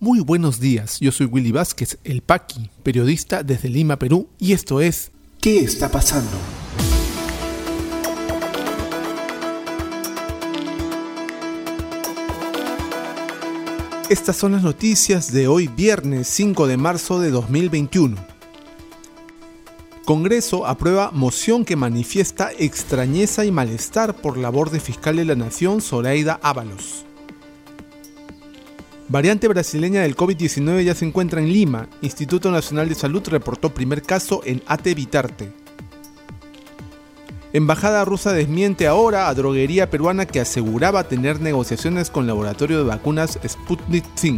Muy buenos días, yo soy Willy Vázquez, el Paqui, periodista desde Lima, Perú, y esto es ¿Qué está pasando? Estas son las noticias de hoy viernes 5 de marzo de 2021. Congreso aprueba moción que manifiesta extrañeza y malestar por labor de fiscal de la Nación Zoraida Ábalos. Variante brasileña del COVID-19 ya se encuentra en Lima. Instituto Nacional de Salud reportó primer caso en Ate Bitarte. Embajada rusa desmiente ahora a droguería peruana que aseguraba tener negociaciones con laboratorio de vacunas Sputnik V.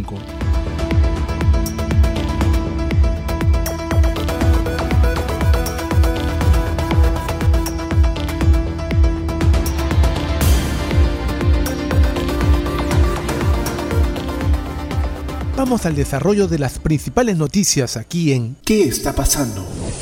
Vamos al desarrollo de las principales noticias aquí en ¿Qué está pasando?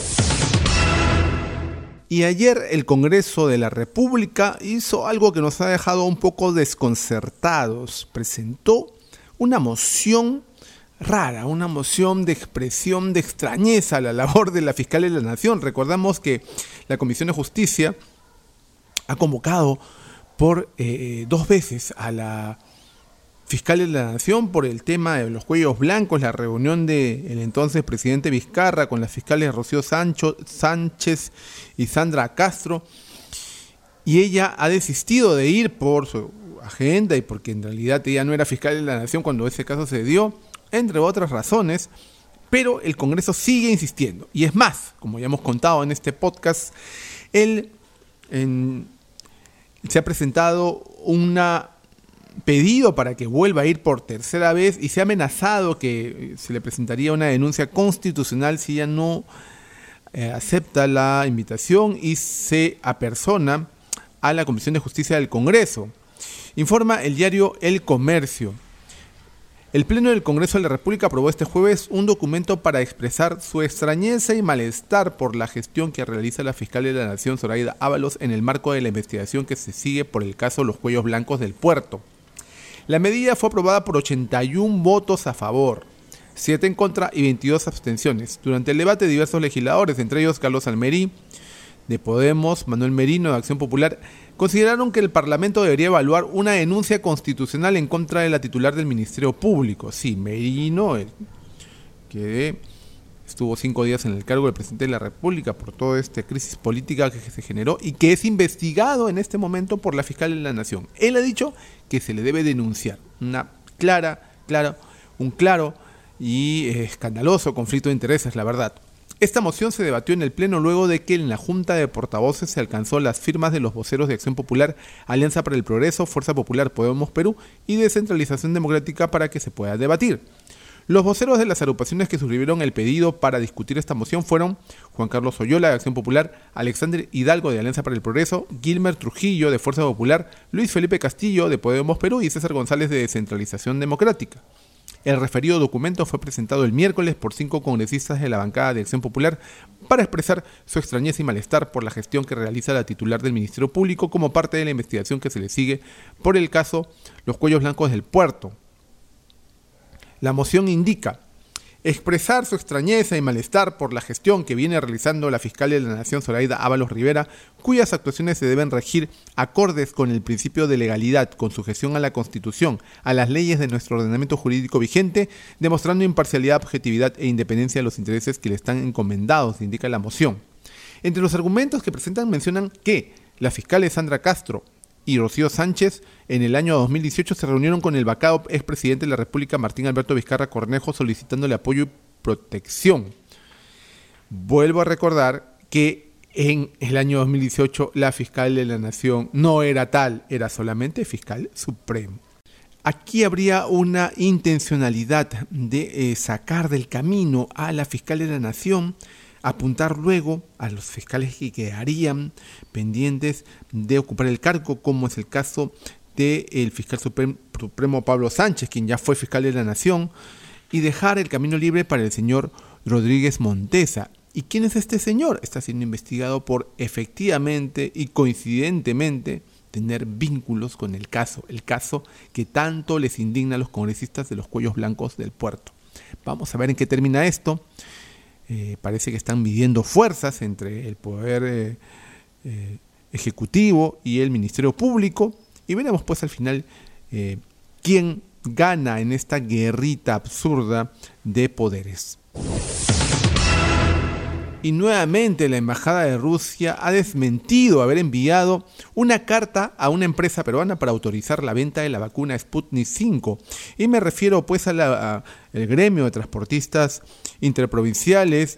Y ayer el Congreso de la República hizo algo que nos ha dejado un poco desconcertados. Presentó una moción rara, una moción de expresión de extrañeza a la labor de la fiscal de la Nación. Recordamos que la Comisión de Justicia ha convocado por 2 veces a la fiscal de la Nación por el tema de los cuellos blancos, la reunión del entonces presidente Vizcarra con las fiscales Rocío Sánchez y Sandra Castro, y ella ha desistido de ir por su agenda y porque en realidad ella no era fiscal de la Nación cuando ese caso se dio, entre otras razones, pero el Congreso sigue insistiendo. Y es más, como ya hemos contado en este podcast, se ha presentado una pedido para que vuelva a ir por tercera vez y se ha amenazado que se le presentaría una denuncia constitucional si ella no acepta la invitación y se apersona a la Comisión de Justicia del Congreso. Informa el diario El Comercio. El Pleno del Congreso de la República aprobó este jueves un documento para expresar su extrañeza y malestar por la gestión que realiza la fiscal de la Nación Zoraida Ábalos en el marco de la investigación que se sigue por el caso Los Cuellos Blancos del Puerto. La medida fue aprobada por 81 votos a favor, 7 en contra y 22 abstenciones. Durante el debate, diversos legisladores, entre ellos Carlos Almerí, de Podemos, Manuel Merino, de Acción Popular, consideraron que el Parlamento debería evaluar una denuncia constitucional en contra de la titular del Ministerio Público. Sí, Merino, que estuvo 5 días en el cargo del presidente de la República por toda esta crisis política que se generó y que es investigado en este momento por la fiscal de la Nación. Él ha dicho que se le debe denunciar un claro y escandaloso conflicto de intereses, la verdad. Esta moción se debatió en el Pleno luego de que en la Junta de Portavoces se alcanzó las firmas de los voceros de Acción Popular, Alianza para el Progreso, Fuerza Popular Podemos Perú y Descentralización Democrática para que se pueda debatir. Los voceros de las agrupaciones que suscribieron el pedido para discutir esta moción fueron Juan Carlos Oyola, de Acción Popular, Alexander Hidalgo, de Alianza para el Progreso, Gilmer Trujillo, de Fuerza Popular, Luis Felipe Castillo, de Podemos Perú y César González, de Descentralización Democrática. El referido documento fue presentado el miércoles por 5 congresistas de la bancada de Acción Popular para expresar su extrañeza y malestar por la gestión que realiza la titular del Ministerio Público como parte de la investigación que se le sigue por el caso Los Cuellos Blancos del Puerto. La moción indica expresar su extrañeza y malestar por la gestión que viene realizando la fiscal de la Nación Zoraida Ábalos Rivera, cuyas actuaciones se deben regir acordes con el principio de legalidad, con sujeción a la Constitución, a las leyes de nuestro ordenamiento jurídico vigente, demostrando imparcialidad, objetividad e independencia de los intereses que le están encomendados, indica la moción. Entre los argumentos que presentan mencionan que las fiscales Sandra Castro y Rocío Sánchez en el año 2018 se reunieron con el vacado expresidente de la República Martín Alberto Vizcarra Cornejo solicitándole apoyo y protección. Vuelvo a recordar que en el año 2018 la fiscal de la Nación no era tal, era solamente fiscal supremo. Aquí habría una intencionalidad de sacar del camino a la fiscal de la Nación, apuntar luego a los fiscales que quedarían pendientes de ocupar el cargo, como es el caso del fiscal supremo Pablo Sánchez, quien ya fue fiscal de la Nación, y dejar el camino libre para el señor Rodríguez Montesa. ¿Y quién es este señor? Está siendo investigado por efectivamente y coincidentemente tener vínculos con el caso que tanto les indigna a los congresistas de los cuellos blancos del puerto. Vamos a ver en qué termina esto. Parece que están midiendo fuerzas entre el poder ejecutivo y el Ministerio Público, y veremos pues al final quién gana en esta guerrita absurda de poderes. Y nuevamente la Embajada de Rusia ha desmentido haber enviado una carta a una empresa peruana para autorizar la venta de la vacuna Sputnik 5. Y me refiero pues al gremio de transportistas interprovinciales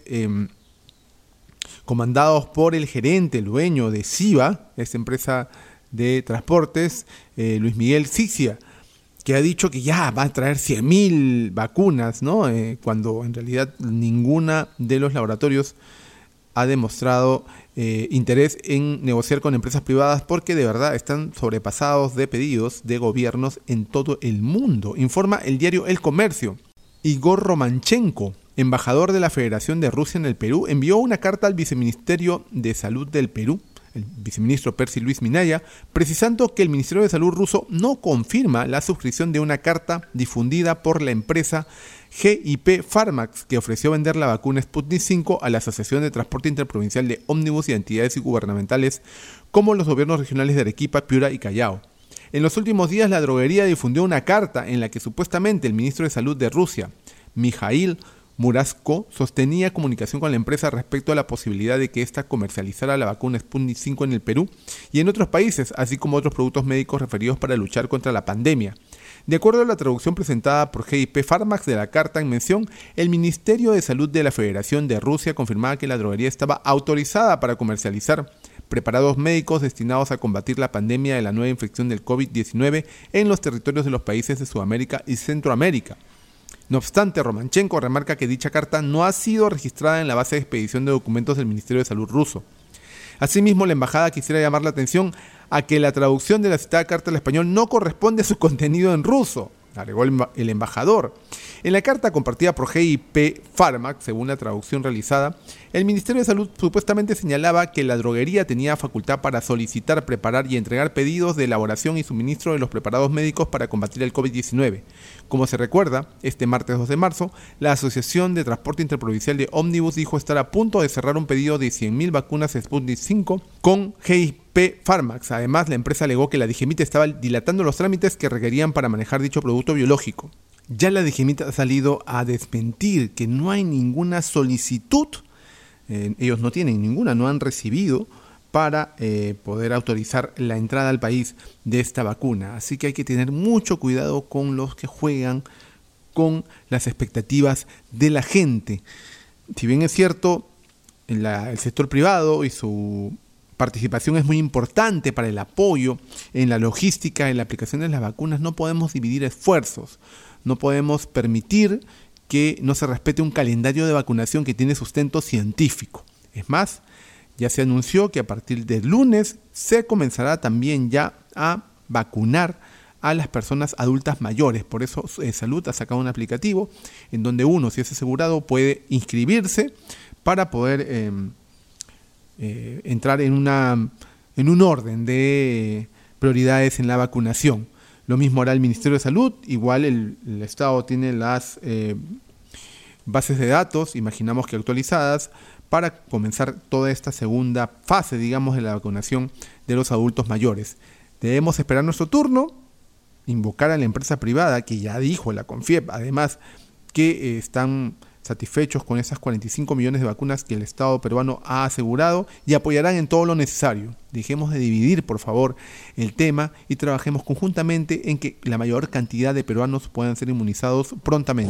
comandados por el gerente, el dueño de SIVA, esta empresa de transportes, Luis Miguel Sixia, que ha dicho que ya va a traer 100.000 vacunas, ¿no? Cuando en realidad ninguna de los laboratorios ha demostrado interés en negociar con empresas privadas, porque de verdad están sobrepasados de pedidos de gobiernos en todo el mundo. Informa el diario El Comercio. Igor Romanchenko, embajador de la Federación de Rusia en el Perú, envió una carta al viceministerio de Salud del Perú, el viceministro Percy Luis Minaya, precisando que el Ministerio de Salud ruso no confirma la suscripción de una carta difundida por la empresa GIP Pharmax, que ofreció vender la vacuna Sputnik 5 a la Asociación de Transporte Interprovincial de Ómnibus y entidades gubernamentales como los gobiernos regionales de Arequipa, Piura y Callao. En los últimos días, la droguería difundió una carta en la que supuestamente el ministro de Salud de Rusia, Mikhail Murasko, sostenía comunicación con la empresa respecto a la posibilidad de que ésta comercializara la vacuna Sputnik 5 en el Perú y en otros países, así como otros productos médicos referidos para luchar contra la pandemia. De acuerdo a la traducción presentada por GIP Pharmax de la carta en mención, el Ministerio de Salud de la Federación de Rusia confirmaba que la droguería estaba autorizada para comercializar preparados médicos destinados a combatir la pandemia de la nueva infección del COVID-19 en los territorios de los países de Sudamérica y Centroamérica. No obstante, Romanchenko remarca que dicha carta no ha sido registrada en la base de expedición de documentos del Ministerio de Salud ruso. Asimismo, la embajada quisiera llamar la atención a que la traducción de la citada carta al español no corresponde a su contenido en ruso, agregó el embajador. En la carta compartida por GIP Pharmax, según la traducción realizada, el Ministerio de Salud supuestamente señalaba que la droguería tenía facultad para solicitar, preparar y entregar pedidos de elaboración y suministro de los preparados médicos para combatir el COVID-19. Como se recuerda, este martes 2 de marzo, la Asociación de Transporte Interprovincial de Ómnibus dijo estar a punto de cerrar un pedido de 100.000 vacunas Sputnik 5 con GIP Pharmax. Además, la empresa alegó que la DGMIT estaba dilatando los trámites que requerían para manejar dicho producto biológico. Ya la DGMIT ha salido a desmentir que no hay ninguna solicitud, ellos no tienen ninguna, no han recibido para poder autorizar la entrada al país de esta vacuna. Así que hay que tener mucho cuidado con los que juegan con las expectativas de la gente. Si bien es cierto, el sector privado y su participación es muy importante para el apoyo en la logística, en la aplicación de las vacunas, no podemos dividir esfuerzos. No podemos permitir que no se respete un calendario de vacunación que tiene sustento científico. Es más, ya se anunció que a partir del lunes se comenzará también ya a vacunar a las personas adultas mayores. Por eso Salud ha sacado un aplicativo en donde uno, si es asegurado, puede inscribirse para poder entrar en un orden de prioridades en la vacunación. Lo mismo hará el Ministerio de Salud. Igual el Estado tiene las bases de datos, imaginamos que actualizadas, para comenzar toda esta segunda fase, digamos, de la vacunación de los adultos mayores. Debemos esperar nuestro turno, invocar a la empresa privada, que ya dijo la CONFIEP, además, que están satisfechos con esas 45 millones de vacunas que el Estado peruano ha asegurado y apoyarán en todo lo necesario. Dejemos de dividir, por favor, el tema y trabajemos conjuntamente en que la mayor cantidad de peruanos puedan ser inmunizados prontamente.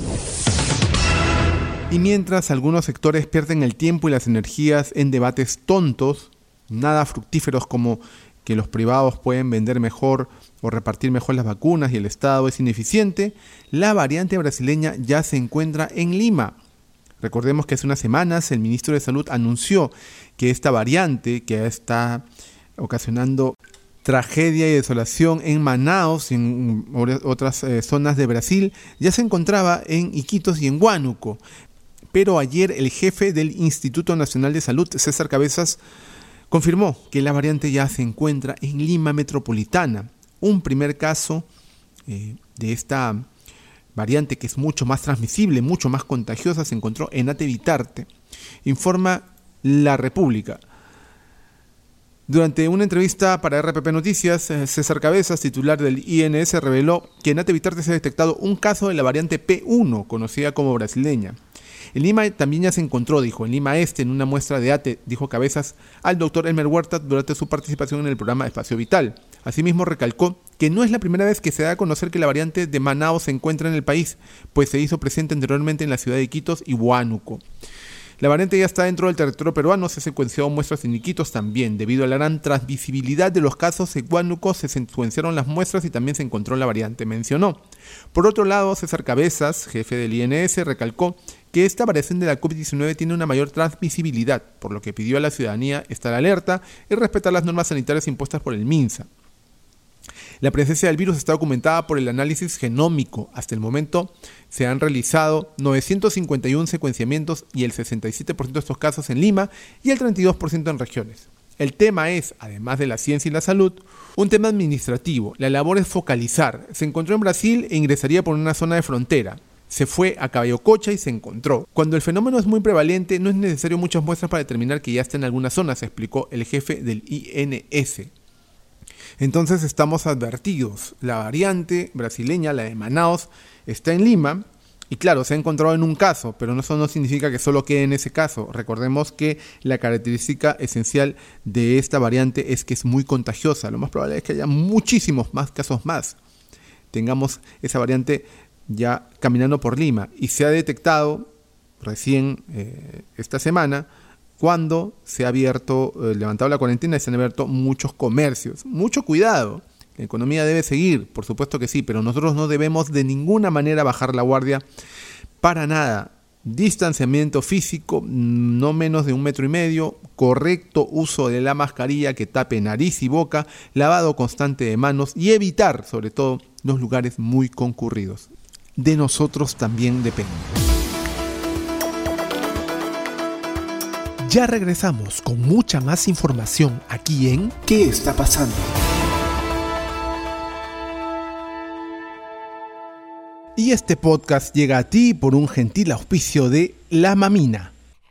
Y mientras algunos sectores pierden el tiempo y las energías en debates tontos, nada fructíferos como que los privados pueden vender mejor o repartir mejor las vacunas y el Estado es ineficiente, la variante brasileña ya se encuentra en Lima. Recordemos que hace unas semanas el ministro de Salud anunció que esta variante, que está ocasionando tragedia y desolación en Manaus y en otras zonas de Brasil, ya se encontraba en Iquitos y en Huánuco. Pero ayer el jefe del Instituto Nacional de Salud, César Cabezas, confirmó que la variante ya se encuentra en Lima metropolitana. Un primer caso de esta variante, que es mucho más transmisible, mucho más contagiosa, se encontró en Atevitarte, informa La República. Durante una entrevista para RPP Noticias, César Cabezas, titular del INS, reveló que en Atevitarte se ha detectado un caso de la variante P1, conocida como brasileña. En Lima también ya se encontró, dijo, en Lima Este, en una muestra de ATE, dijo Cabezas al doctor Elmer Huerta durante su participación en el programa Espacio Vital. Asimismo, recalcó que no es la primera vez que se da a conocer que la variante de Manaos se encuentra en el país, pues se hizo presente anteriormente en la ciudad de Iquitos y Huánuco. La variante ya está dentro del territorio peruano, se secuenciaron muestras en Iquitos también. Debido a la gran transmisibilidad de los casos en Huánuco, se secuenciaron las muestras y también se encontró la variante, mencionó. Por otro lado, César Cabezas, jefe del INS, recalcó que esta variación de la COVID-19 tiene una mayor transmisibilidad, por lo que pidió a la ciudadanía estar alerta y respetar las normas sanitarias impuestas por el MINSA. La presencia del virus está documentada por el análisis genómico. Hasta el momento se han realizado 951 secuenciamientos y el 67% de estos casos en Lima y el 32% en regiones. El tema es, además de la ciencia y la salud, un tema administrativo. La labor es focalizar. Se encontró en Brasil e ingresaría por una zona de frontera. Se fue a Caballococha y se encontró. Cuando el fenómeno es muy prevalente, no es necesario muchas muestras para determinar que ya está en alguna zona, se explicó el jefe del INS. Entonces estamos advertidos. La variante brasileña, la de Manaos, está en Lima y claro, se ha encontrado en un caso, pero eso no significa que solo quede en ese caso. Recordemos que la característica esencial de esta variante es que es muy contagiosa. Lo más probable es que haya muchísimos más casos más. Tengamos esa variante ya caminando por Lima y se ha detectado recién esta semana cuando se ha levantado la cuarentena y se han abierto muchos comercios. Mucho cuidado, la economía debe seguir, por supuesto que sí, pero nosotros no debemos de ninguna manera bajar la guardia para nada. Distanciamiento físico, no menos de 1,5 metros, correcto uso de la mascarilla que tape nariz y boca, lavado constante de manos y evitar, sobre todo, los lugares muy concurridos. De nosotros también depende. Ya regresamos con mucha más información aquí en ¿Qué está pasando? Y este podcast llega a ti por un gentil auspicio de La Mamina.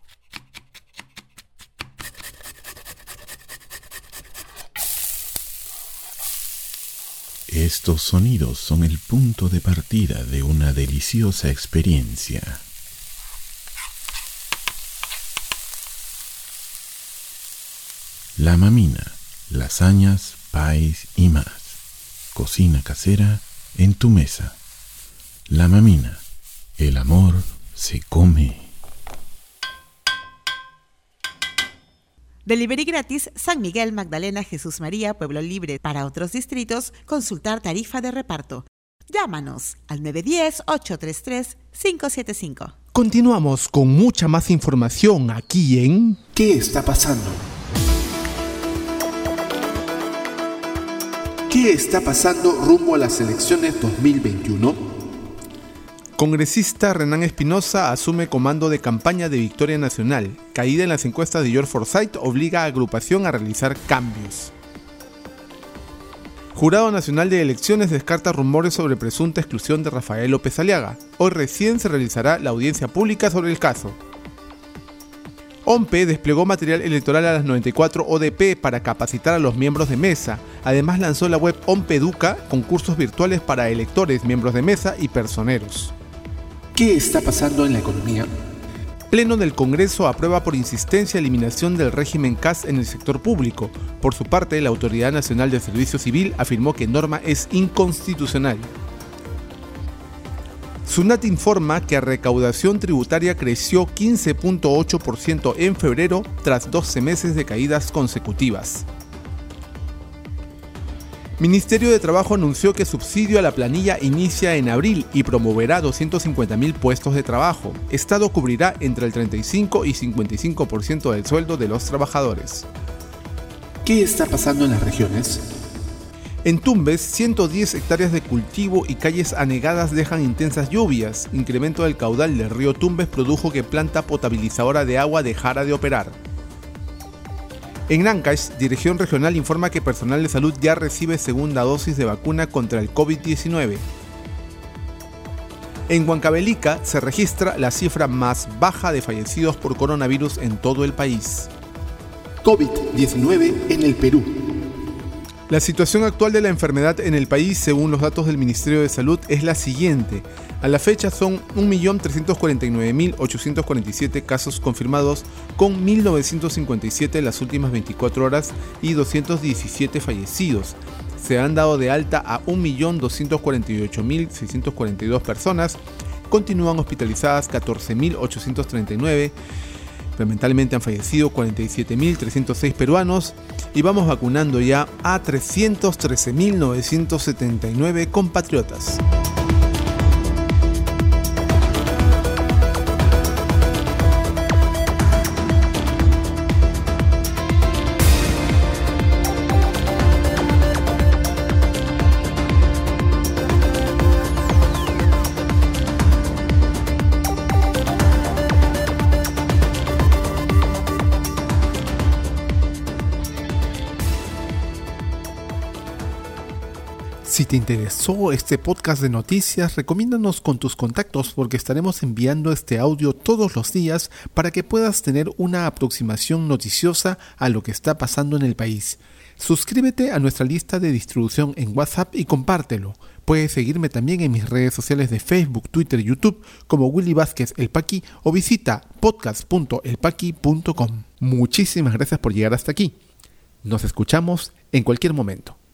Estos sonidos son el punto de partida de una deliciosa experiencia. La Mamina, lasañas, pies y más. Cocina casera en tu mesa. La Mamina, el amor se come. Delivery gratis San Miguel, Magdalena, Jesús María, Pueblo Libre. Para otros distritos, consultar tarifa de reparto. Llámanos al 910-833-575. Continuamos con mucha más información aquí en ¿Qué está pasando? ¿Qué está pasando rumbo a las elecciones 2021? Congresista Renán Espinosa asume comando de campaña de Victoria Nacional. Caída en las encuestas de George Forsyth obliga a agrupación a realizar cambios. Jurado Nacional de Elecciones descarta rumores sobre presunta exclusión de Rafael López Aliaga. Hoy recién se realizará la audiencia pública sobre el caso. OMPE desplegó material electoral a las 94 ODP para capacitar a los miembros de mesa. Además lanzó la web OMPE Educa con cursos virtuales para electores, miembros de mesa y personeros. ¿Qué está pasando en la economía? Pleno del Congreso aprueba por insistencia eliminación del régimen CAS en el sector público. Por su parte, la Autoridad Nacional de Servicio Civil afirmó que norma es inconstitucional. SUNAT informa que recaudación tributaria creció 15.8% en febrero tras 12 meses de caídas consecutivas. Ministerio de Trabajo anunció que subsidio a la planilla inicia en abril y promoverá 250.000 puestos de trabajo. Estado cubrirá entre el 35 y 55% del sueldo de los trabajadores. ¿Qué está pasando en las regiones? En Tumbes, 110 hectáreas de cultivo y calles anegadas dejan intensas lluvias. Incremento del caudal del río Tumbes produjo que planta potabilizadora de agua dejara de operar. En Ancash, Dirección Regional informa que personal de salud ya recibe segunda dosis de vacuna contra el COVID-19. En Huancavelica se registra la cifra más baja de fallecidos por coronavirus en todo el país. COVID-19 en el Perú. La situación actual de la enfermedad en el país, según los datos del Ministerio de Salud, es la siguiente. A la fecha son 1.349.847 casos confirmados, con 1.957 en las últimas 24 horas y 217 fallecidos. Se han dado de alta a 1.248.642 personas. Continúan hospitalizadas 14.839. Lamentablemente han fallecido 47.306 peruanos y vamos vacunando ya a 313.979 compatriotas. Si te interesó este podcast de noticias, recomiéndanos con tus contactos porque estaremos enviando este audio todos los días para que puedas tener una aproximación noticiosa a lo que está pasando en el país. Suscríbete a nuestra lista de distribución en WhatsApp y compártelo. Puedes seguirme también en mis redes sociales de Facebook, Twitter y YouTube como Willy Vázquez El Paqui o visita podcast.elpaqui.com. Muchísimas gracias por llegar hasta aquí. Nos escuchamos en cualquier momento.